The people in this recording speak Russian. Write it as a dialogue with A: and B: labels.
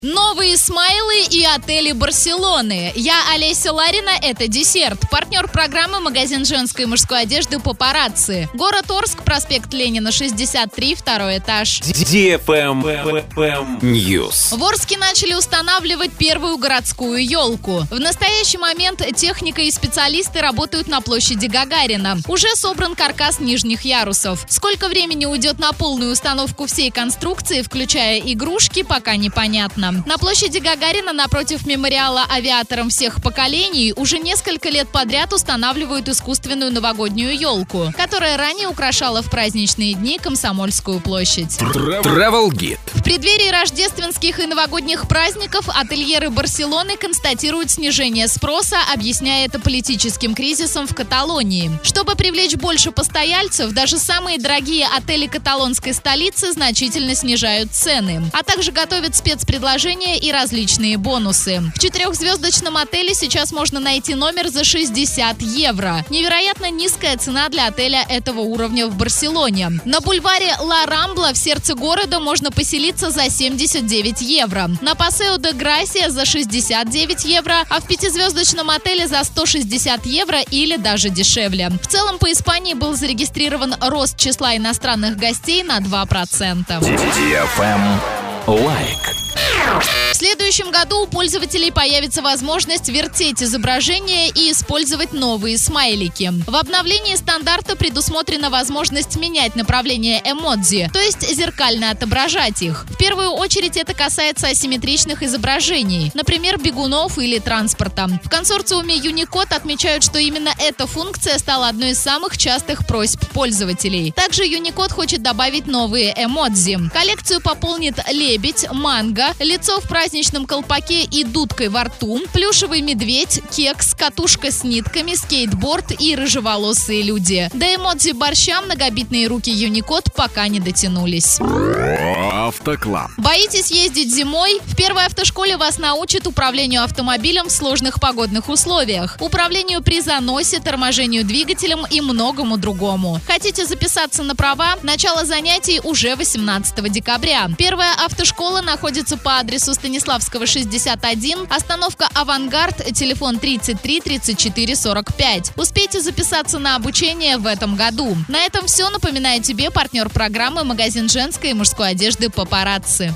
A: Новые смайлы и отели Барселоны. Я Олеся Ларина, это десерт. Партнер программы — магазин женской и мужской одежды «Папарацци». Город Орск, проспект Ленина, 63, второй этаж.
B: News.
A: В Орске начали устанавливать первую городскую елку. В настоящий момент техника и специалисты работают на площади Гагарина. Уже собран каркас нижних ярусов. Сколько времени уйдет на полную установку всей конструкции, включая игрушки, пока непонятно. На площади Гагарина, напротив мемориала авиаторам всех поколений, уже несколько лет подряд устанавливают искусственную новогоднюю елку, которая ранее украшала в праздничные дни Комсомольскую площадь.
B: Travel Guide.
A: В преддверии рождественских и новогодних праздников ательеры Барселоны констатируют снижение спроса, объясняя это политическим кризисом в Каталонии. Чтобы привлечь больше постояльцев, даже самые дорогие отели каталонской столицы значительно снижают цены, а также готовят спецпредложения и различные бонусы. В 4-звездочном отеле сейчас можно найти номер за 60 евро. Невероятно низкая цена для отеля этого уровня в Барселоне. На бульваре Ла Рамбла в сердце города можно поселиться за 79 евро. На Пасео де Грасия за 69 евро, а в 5-звездочном отеле за 160 евро или даже дешевле. В целом по Испании был зарегистрирован рост числа иностранных гостей на 2%.
B: Лайк.
A: В следующем году у пользователей появится возможность вертеть изображения и использовать новые смайлики. В обновлении стандарта предусмотрена возможность менять направление эмодзи, то есть зеркально отображать их. В первую очередь это касается асимметричных изображений, например, бегунов или транспорта. В консорциуме Unicode отмечают, что именно эта функция стала одной из самых частых просьб пользователей. Также Unicode хочет добавить новые эмодзи. Коллекцию пополнит лебедь, манго, лицо в праздничном колпаке и дудкой во рту, плюшевый медведь, кекс, катушка с нитками, скейтборд и рыжеволосые люди. До эмодзи борща многобитные руки Unicode пока не дотянулись.
B: Автоклаб.
A: Боитесь ездить зимой? В первой автошколе вас научат управлению автомобилем в сложных погодных условиях, управлению при заносе, торможению двигателем и многому другому. Хотите записаться на права? Начало занятий уже 18 декабря. Первая автошкола находится по адресу Станиславского, 61, остановка «Авангард», телефон 33 34 45. Успейте записаться на обучение в этом году. На этом все. Напоминаю тебе партнер программы — магазин женской и мужской одежды «Папарацци».